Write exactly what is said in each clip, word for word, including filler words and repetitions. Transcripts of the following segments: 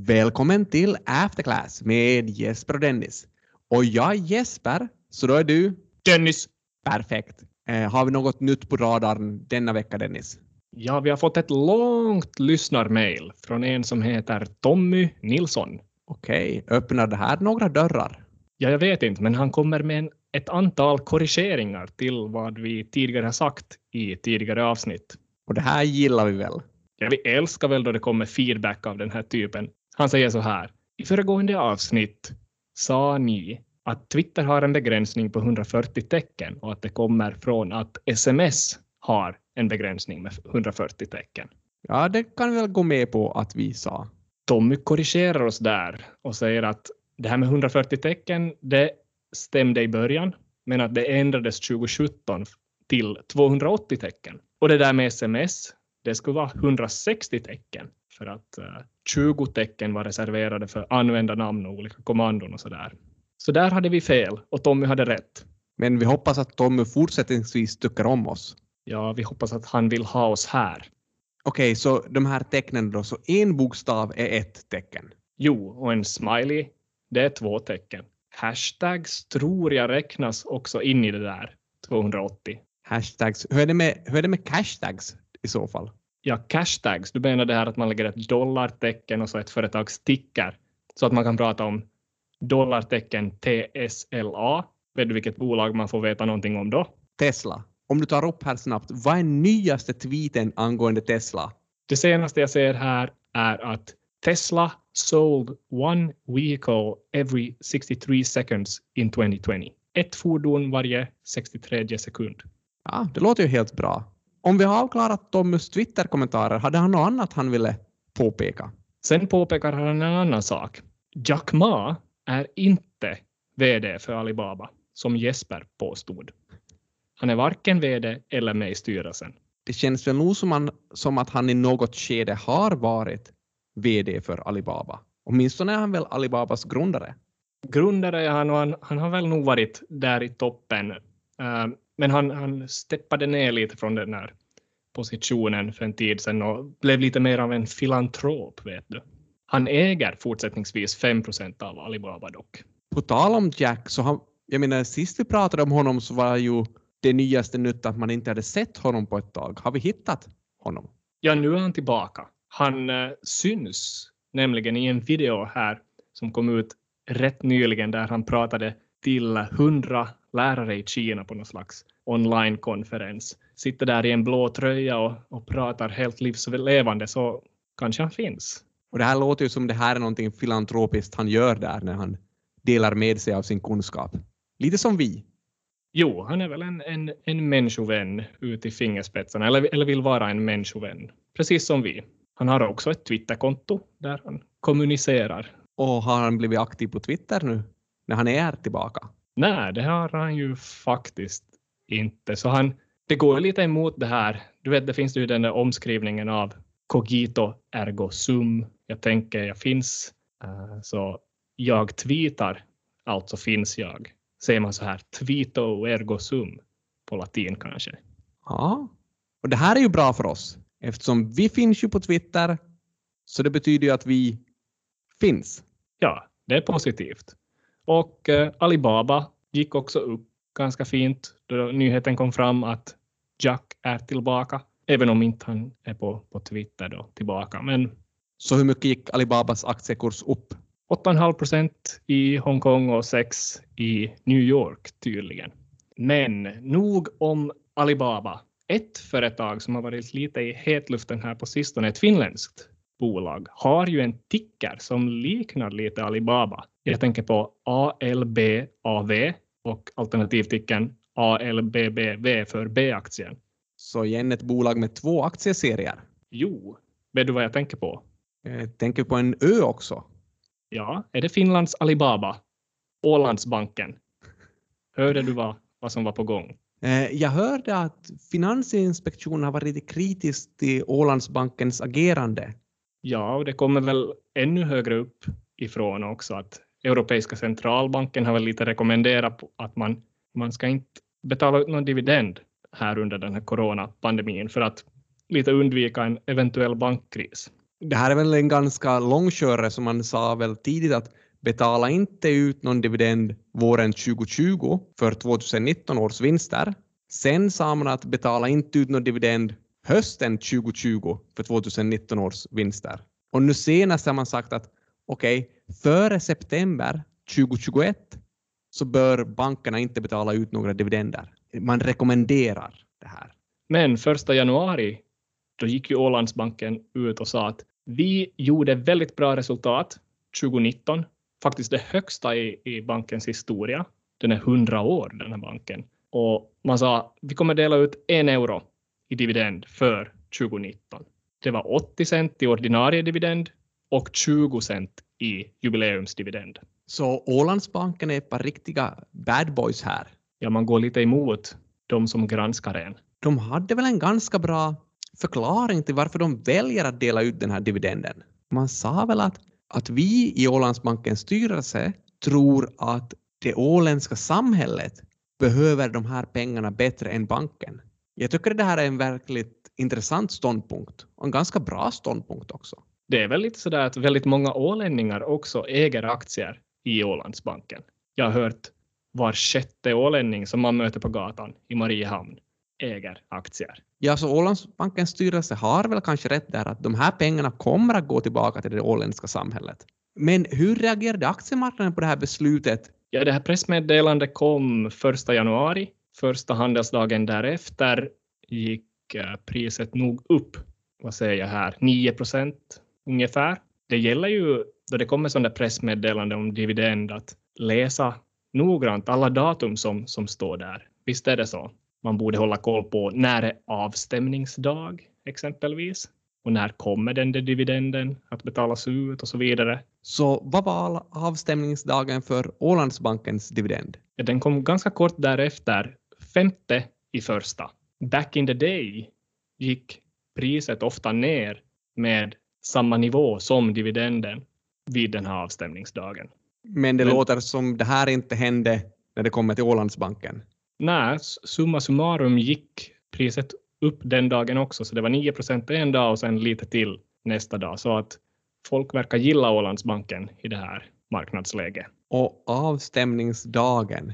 Välkommen till Afterclass med Jesper och Dennis. Och jag är Jesper, så då är du? Dennis. Perfekt. Eh, har vi något nytt på radarn denna vecka, Dennis? Ja, vi har fått ett långt lyssnarmail från en som heter Tommy Nilsson. Okej, öppnar det här några dörrar? Ja, jag vet inte, men han kommer med en, ett antal korrigeringar till vad vi tidigare har sagt i tidigare avsnitt. Och det här gillar vi väl? Ja, vi älskar väl då det kommer feedback av den här typen. Han säger så här. I föregående avsnitt sa ni att Twitter har en begränsning på hundrafyrtio tecken och att det kommer från att sms har en begränsning med hundrafyrtio tecken. Ja, det kan vi väl gå med på att vi sa. Tommy korrigerar oss där och säger att det här med hundrafyrtio tecken, det stämde i början, men att det ändrades tjugosjutton till tvåhundraåttio tecken. Och det där med sms, det skulle vara hundrasextio tecken för att uh, tjugo tecken var reserverade för användarnamn och olika kommandon och sådär. Så där hade vi fel och Tommy hade rätt. Men vi hoppas att Tommy fortsättningsvis tycker om oss. Ja, vi hoppas att han vill ha oss här. Okej, så de här tecknen då, så en bokstav är ett tecken. Jo, och en smiley, det är två tecken. Hashtags tror jag räknas också in i det där, tvåhundraåttio. Hashtags, hur är det med, hur är det med cashtags i så fall? Ja, cashtags, du menar det här att man lägger ett dollartecken och så ett företagsticker. Så att man kan prata om dollartecken T S L A. Vet du vilket bolag man får veta någonting om då? Tesla. Om du tar upp här snabbt, vad är nyaste tweeten angående Tesla? Det senaste jag ser här är att Tesla sold one vehicle every sextiotre seconds in tjugo tjugo. Ett fordon varje sextiotredje sekund. Ja, det låter ju helt bra. Om vi har avklarat Tommys Twitter-kommentarer, hade han något annat han ville påpeka? Sen påpekar han en annan sak. Jack Ma är inte vd för Alibaba, som Jesper påstod. Han är varken vd eller med i styrelsen. Det känns väl nog som, han, som att han i något skede har varit vd för Alibaba. Åtminstone är han väl Alibabas grundare. Grundare är han och han, han har väl nog varit där i toppen. Uh, men han, han steppade ner lite från den här positionen för en tid sedan och blev lite mer av en filantrop, vet du. Han äger fortsättningsvis fem procent av Alibaba dock. På tal om Jack, så han, jag menar sist vi pratade om honom så var ju det nyaste nytt att man inte hade sett honom på ett tag. Har vi hittat honom? Ja, nu är han tillbaka. Han uh, syns nämligen i en video här som kom ut rätt nyligen där han pratade till hundra lärare i Kina på någon slags online-konferens. Sitter där i en blå tröja och, och pratar helt livslevande, så kanske han finns. Och det här låter ju som det här är någonting filantropiskt han gör där när han delar med sig av sin kunskap. Lite som vi. Jo, han är väl en, en, en människovän ut i fingerspetsarna, eller, eller vill vara en människovän. Precis som vi. Han har också ett Twitterkonto där han kommunicerar. Och har han blivit aktiv på Twitter nu när han är tillbaka? Nej, det har han ju faktiskt inte. Så han, det går lite emot det här. Du vet, det finns ju den där omskrivningen av cogito ergo sum. Jag tänker, jag finns. Uh, så jag tweetar, alltså finns jag. Säger man så här, tweeto ergo sum på latin kanske. Ja, och det här är ju bra för oss. Eftersom vi finns ju på Twitter, så det betyder ju att vi finns. Ja, det är positivt. Och eh, Alibaba gick också upp ganska fint då nyheten kom fram att Jack är tillbaka. Även om inte han är på, på Twitter då tillbaka. Men så hur mycket gick Alibabas aktiekurs upp? åtta komma fem procent i Hongkong och sex i New York tydligen. Men nog om Alibaba. Ett företag som har varit lite i hetluften här på sistone, ett finländskt bolag, har ju en ticker som liknar lite Alibaba. Jag tänker på A L B A V och alternativticken A L B B V för B-aktien. Så igen ett bolag med två aktieserier. Jo, vet du vad jag tänker på? Jag tänker på en ö också. Ja, är det Finlands Alibaba? Ålandsbanken. Hörde du vad, vad som var på gång? Jag hörde att Finansinspektionen har varit lite kritisk till Ålandsbankens agerande. Ja, och det kommer väl ännu högre upp ifrån också att Europeiska centralbanken har väl lite rekommenderat att man, man ska inte betala ut någon dividend här under den här coronapandemin för att lite undvika en eventuell bankkris. Det här är väl en ganska långkörare som man sa väl tidigt att betala inte ut någon dividend våren tjugo tjugo för tjugonitton års vinster. Sen sa man att betala inte ut någon dividend hösten tjugo tjugo för tjugonitton års vinster. Och nu senast har man sagt att okej, okay, före september tjugo tjugoett så bör bankerna inte betala ut några dividender. Man rekommenderar det här. Men första januari då gick ju Ålandsbanken ut och sa att vi gjorde väldigt bra resultat tjugonitton. Faktiskt det högsta i, i bankens historia. Den är hundra år, den här banken. Och man sa vi kommer dela ut en euro i dividend för tjugonitton. Det var åttio cent i ordinarie dividend och tjugo cent i jubileumsdividend. Så Ålandsbanken är ett par riktiga bad boys här. Ja, man går lite emot de som granskar en. De hade väl en ganska bra förklaring till varför de väljer att dela ut den här dividenden. Man sa väl att, att vi i Ålandsbankens styrelse tror att det åländska samhället behöver de här pengarna bättre än banken. Jag tycker det här är en verkligt intressant ståndpunkt och en ganska bra ståndpunkt också. Det är väl lite sådär att väldigt många ålänningar också äger aktier i Ålandsbanken. Jag har hört var sjätte ålänning som man möter på gatan i Mariehamn äger aktier. Ja, så Ålandsbankens styrelse har väl kanske rätt där att de här pengarna kommer att gå tillbaka till det åländska samhället. Men hur reagerade aktiemarknaden på det här beslutet? Ja, det här pressmeddelandet kom första januari. Första handelsdagen därefter gick priset nog upp. Vad säger jag här? nio procent ungefär. Det gäller ju då det kommer sådana pressmeddelande om dividend att läsa noggrant alla datum som, som står där. Visst är det så? Man borde hålla koll på när är avstämningsdag exempelvis. Och när kommer den där dividenden att betalas ut och så vidare. Så vad var avstämningsdagen för Ålandsbankens dividend? Ja, den kom ganska kort därefter, femte i första. Back in the day gick priset ofta ner med samma nivå som dividenden vid den här avstämningsdagen. Men det Men, låter som det här inte hände när det kommer till Ålandsbanken. Nej, summa summarum gick priset upp den dagen också. Så det var nio procent en dag och sen lite till nästa dag. Så att folk verkar gilla Ålandsbanken i det här marknadsläget. Och avstämningsdagen.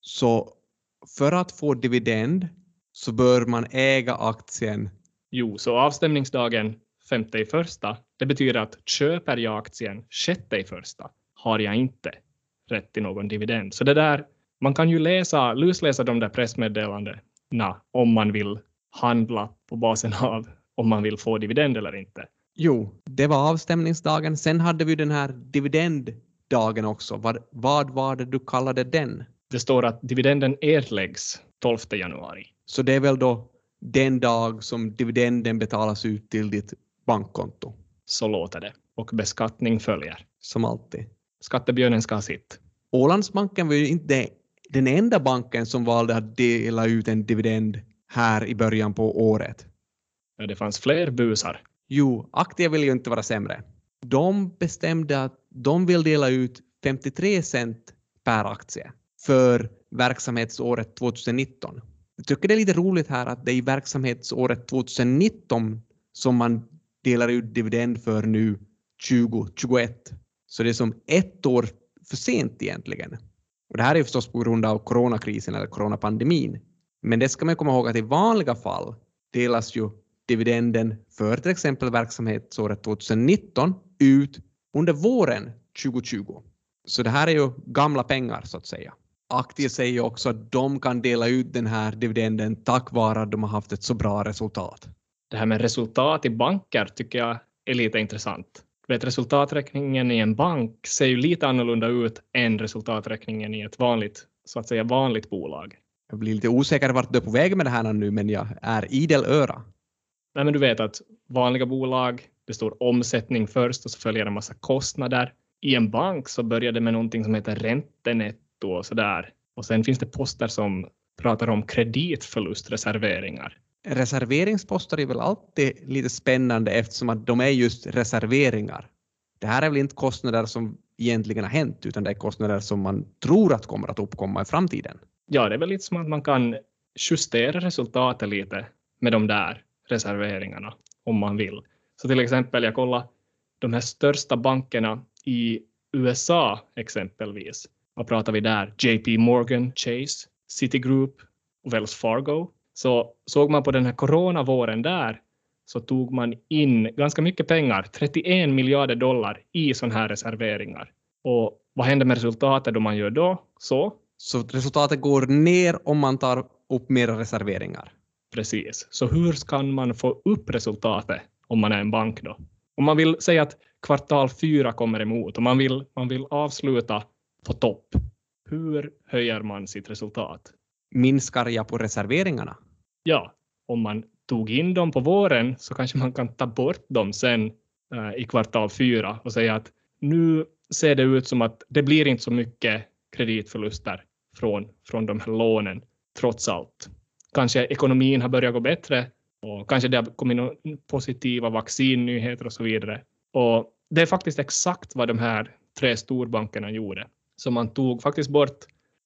Så för att få dividend så bör man äga aktien. Jo, så avstämningsdagen femte i första. Det betyder att köper jag aktien sjätte i första har jag inte rätt till någon dividend. Så det där, man kan ju läsa, lusläsa de där pressmeddelandena om man vill handla på basen av om man vill få dividend eller inte. Jo, det var avstämningsdagen. Sen hade vi den här dividenddagen också. Vad, vad var det du kallade den? Det står att dividenden erläggs tolfte januari. Så det är väl då den dag som dividenden betalas ut till ditt bankkonto? Så låter det. Och beskattning följer. Som alltid. Skattebjörnen ska ha sitt. Ålandsbanken var ju inte den enda banken som valde att dela ut en dividend här i början på året. Ja, det fanns fler busar. Jo, Aktia vill ju inte vara sämre. De bestämde att de vill dela ut femtiotre cent per aktie för verksamhetsåret tjugonitton. Jag tycker det är lite roligt här att det är i verksamhetsåret tjugonitton som man delar ut dividend för nu tjugo tjugoett. Så det är som ett år för sent egentligen. Och det här är förstås på grund av coronakrisen eller coronapandemin. Men det ska man komma ihåg att i vanliga fall delas ju dividenden för till exempel verksamhetsåret tjugonitton ut under våren tjugo tjugo. Så det här är ju gamla pengar så att säga. Aktie säger också att de kan dela ut den här dividenden tack vare att de har haft ett så bra resultat. Det här med resultat i banker tycker jag är lite intressant. Vet, resultaträkningen i en bank ser ju lite annorlunda ut än resultaträkningen i ett vanligt, så att säga vanligt bolag. Jag blir lite osäker vart du är på väg med det här nu, men jag är idel öra. Nej, men du vet att vanliga bolag, det står omsättning först och så följer en massa kostnader. I en bank så börjar det med någonting som heter räntenetto och sådär. Och sen finns det poster som pratar om kreditförlustreserveringar. Reserveringsposter är väl alltid lite spännande eftersom att de är just reserveringar. Det här är väl inte kostnader som egentligen har hänt utan det är kostnader som man tror att kommer att uppkomma i framtiden. Ja, det är väl lite som att man kan justera resultatet lite med de där reserveringarna om man vill. Så till exempel jag kollar de här största bankerna i U S A exempelvis, vad pratar vi där? J P Morgan Chase, Citigroup och Wells Fargo. Så såg man på den här coronavåren där, så tog man in ganska mycket pengar, trettioen miljarder dollar i sådana här reserveringar. Och vad händer med resultatet då man gör då? Så? Så resultatet går ner om man tar upp mer reserveringar. Precis. Så hur ska man få upp resultatet om man är en bank då? Om man vill säga att kvartal fyra kommer emot och man vill, man vill avsluta på topp. Hur höjer man sitt resultat? Minskar jag på reserveringarna? Ja, om man tog in dem på våren så kanske man kan ta bort dem sen eh, i kvartal fyra och säga att nu ser det ut som att det blir inte så mycket kreditförluster från, från de här lånen trots allt. Kanske ekonomin har börjat gå bättre och kanske det har kommit några positiva vaccinnyheter och så vidare. Och det är faktiskt exakt vad de här tre storbankerna gjorde. Så man tog faktiskt bort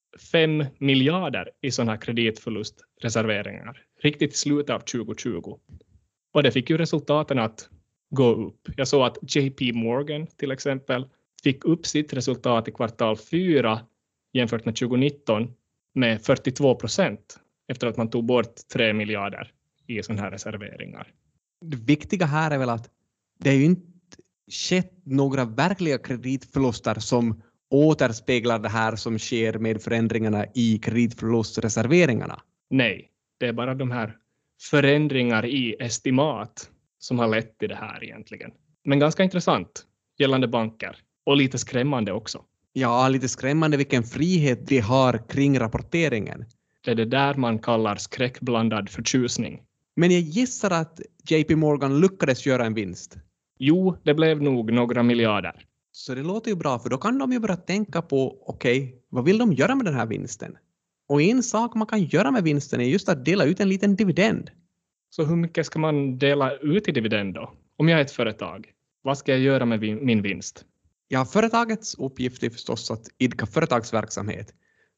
fem miljarder i sådana här kreditförlustreserveringar riktigt i slutet av tjugo tjugo. Och det fick ju resultaten att gå upp. Jag såg att J P Morgan till exempel fick upp sitt resultat i kvartal fyra jämfört med tjugonitton med fyrtiotvå procent efter att man tog bort tre miljarder i sådana här reserveringar. Det viktiga här är väl att det är ju inte skett några verkliga kreditförluster som återspeglar det här som sker med förändringarna i kreditförlustreserveringarna. Nej, det är bara de här förändringar i estimat som har lett till det här egentligen. Men ganska intressant gällande banker och lite skrämmande också. Ja, lite skrämmande vilken frihet de har kring rapporteringen. Det är det där man kallar skräckblandad förtjusning. Men jag gissar att J P Morgan lyckades göra en vinst. Jo, det blev nog några miljarder. Så det låter ju bra, för då kan de ju börja tänka på, okej, okay, vad vill de göra med den här vinsten? Och en sak man kan göra med vinsten är just att dela ut en liten dividend. Så hur mycket ska man dela ut i dividend då? Om jag är ett företag, vad ska jag göra med min vinst? Ja, företagets uppgift är förstås att idka företagsverksamhet.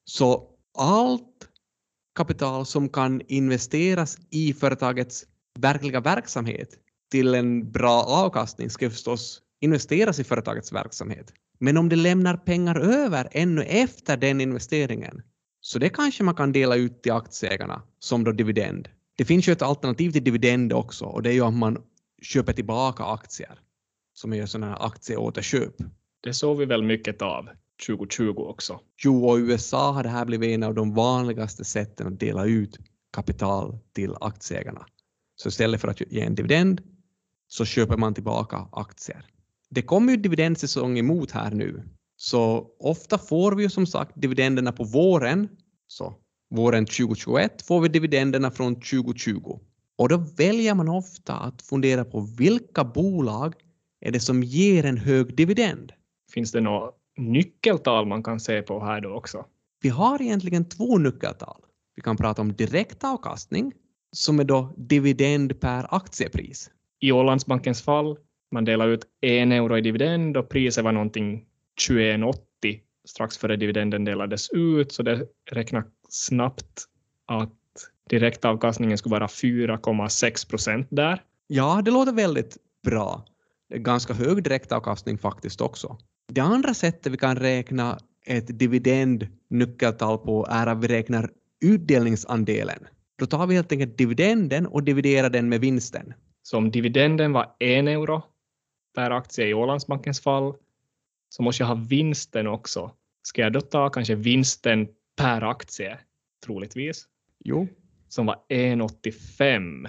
Så allt kapital som kan investeras i företagets verkliga verksamhet till en bra avkastning ska förstås investeras i företagets verksamhet. Men om det lämnar pengar över ännu efter den investeringen, så det kanske man kan dela ut till aktieägarna som då dividend. Det finns ju ett alternativ till dividend också, och det är ju att man köper tillbaka aktier som är sådana här aktieåterköp. Det såg vi väl mycket av tjugo tjugo också. Jo, och i U S A har det här blivit en av de vanligaste sätten att dela ut kapital till aktieägarna. Så istället för att ge en dividend så köper man tillbaka aktier. Det kommer ju dividendsäsong emot här nu. Så ofta får vi ju som sagt dividenderna på våren. Så våren tjugo tjugoett får vi dividenderna från tjugo tjugo. Och då väljer man ofta att fundera på vilka bolag är det som ger en hög dividend. Finns det några nyckeltal man kan se på här då också? Vi har egentligen två nyckeltal. Vi kan prata om direktavkastning som är då dividend per aktiepris. I Ålandsbankens fall, man delar ut en euro i dividend och priset var någonting tjugoett åttio strax före dividenden delades ut, så det räknar snabbt att direktavkastningen skulle vara fyra komma sex procent där. Ja, det låter väldigt bra. Det är ganska hög direktavkastning faktiskt också. Det andra sättet vi kan räkna ett dividendnyckeltal på är att vi räknar utdelningsandelen. Då tar vi helt enkelt dividenden och dividerar den med vinsten. Så om dividenden var en euro per aktie i Ålandsbankens fall, så måste jag ha vinsten också. Ska jag då ta kanske vinsten per aktie, troligtvis? Jo. Som var en komma åttiofem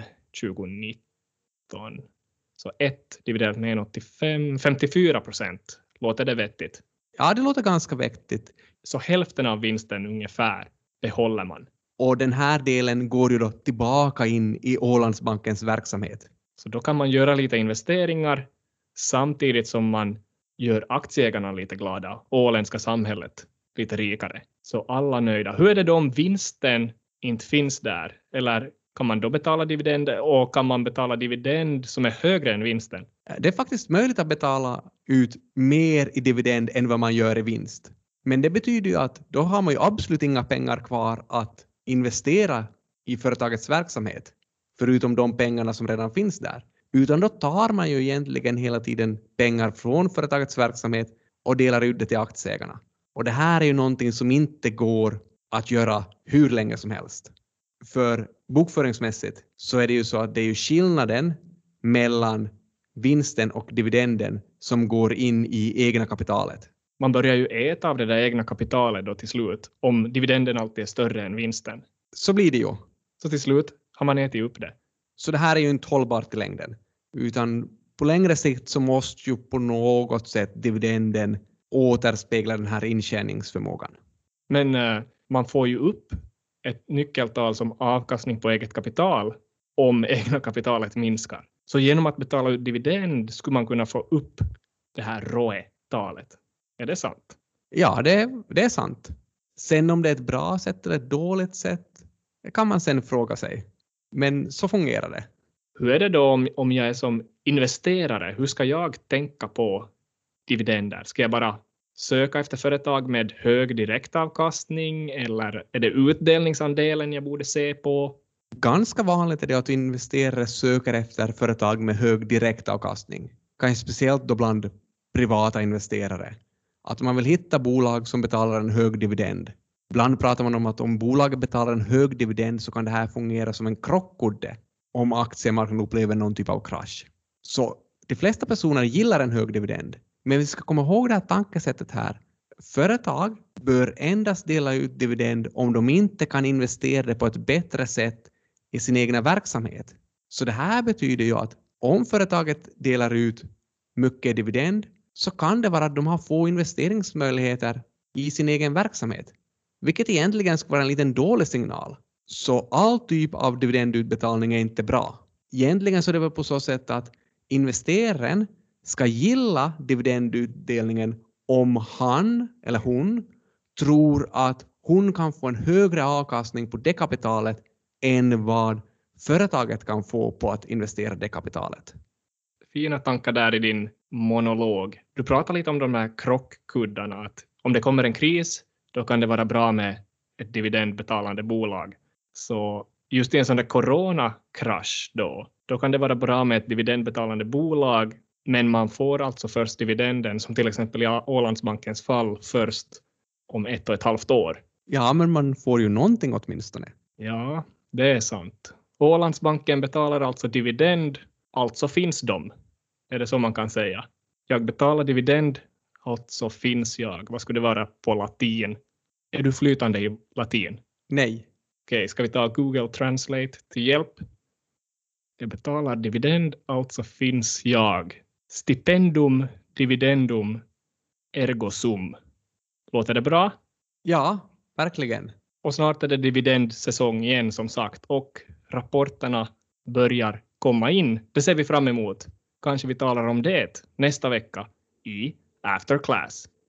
tjugonitton. Så ett dividerat med en komma åttiofem, femtiofyra procent. Låter det vettigt? Ja, det låter ganska vettigt. Så hälften av vinsten ungefär behåller man. Och den här delen går ju då tillbaka in i Ålandsbankens verksamhet. Så då kan man göra lite investeringar samtidigt som man gör aktieägarna lite glada, åländska samhället lite rikare. Så alla nöjda. Hur är det då om vinsten inte finns där? Eller kan man då betala dividend, och kan man betala dividend som är högre än vinsten? Det är faktiskt möjligt att betala ut mer i dividend än vad man gör i vinst. Men det betyder ju att då har man ju absolut inga pengar kvar att investera i företagets verksamhet, förutom de pengarna som redan finns där. Utan då tar man ju egentligen hela tiden pengar från företagets verksamhet och delar ut det till aktieägarna. Och det här är ju någonting som inte går att göra hur länge som helst. För bokföringsmässigt så är det ju så att det är ju skillnaden mellan vinsten och dividenden som går in i egna kapitalet. Man börjar ju äta av det där egna kapitalet då till slut, om dividenden alltid är större än vinsten. Så blir det ju. Så till slut har man ätit upp det. Så det här är ju inte hållbart i längden. Utan på längre sikt så måste ju på något sätt dividenden återspegla den här intjäningsförmågan. Men eh, man får ju upp ett nyckeltal som avkastning på eget kapital om egna kapitalet minskar. Så genom att betala ut dividend skulle man kunna få upp det här R O E-talet. Är det sant? Ja, det, det är sant. Sen om det är ett bra sätt eller ett dåligt sätt, det kan man sen fråga sig. Men så fungerar det. Hur är det då om, om jag är som investerare? Hur ska jag tänka på dividender? Ska jag bara söka efter företag med hög direktavkastning eller är det utdelningsandelen jag borde se på? Ganska vanligt är det att investerare söker efter företag med hög direktavkastning. Kanske speciellt då bland privata investerare. Att man vill hitta bolag som betalar en hög dividend. Ibland pratar man om att om bolaget betalar en hög dividend så kan det här fungera som en krockkudde om aktiemarknaden upplever någon typ av krasch. Så de flesta personer gillar en hög dividend. Men vi ska komma ihåg det här tankesättet här. Företag bör endast dela ut dividend om de inte kan investera det på ett bättre sätt i sin egna verksamhet. Så det här betyder ju att om företaget delar ut mycket dividend så kan det vara att de har få investeringsmöjligheter i sin egen verksamhet. Vilket egentligen ska vara en liten dålig signal. Så all typ av dividendutbetalning är inte bra. Egentligen så är det väl på så sätt att investeraren ska gilla dividendutdelningen om han eller hon tror att hon kan få en högre avkastning på det kapitalet än vad företaget kan få på att investera det kapitalet. Fina tankar där i din monolog. Du pratar lite om de här krockkuddarna. Att om det kommer en kris, då kan det vara bra med ett dividendbetalande bolag. Så just i en sån där coronakrasch då, då kan det vara bra med ett dividendbetalande bolag. Men man får alltså först dividenden, som till exempel i Ålandsbankens fall, först om ett och ett halvt år. Ja, men man får ju någonting åtminstone. Ja, det är sant. Ålandsbanken betalar alltså dividend, alltså finns de. Är det så man kan säga? Jag betalar dividend, alltså finns jag. Vad skulle det vara på latin? Är du flytande i latin? Nej. Okej, ska vi ta Google Translate till hjälp? Jag betalar dividend, alltså finns jag. Stipendum, dividendum, ergo sum. Låter det bra? Ja, verkligen. Och snart är det dividendsäsong igen som sagt. Och rapporterna börjar komma in. Det ser vi fram emot. Kanske vi talar om det nästa vecka i After Class.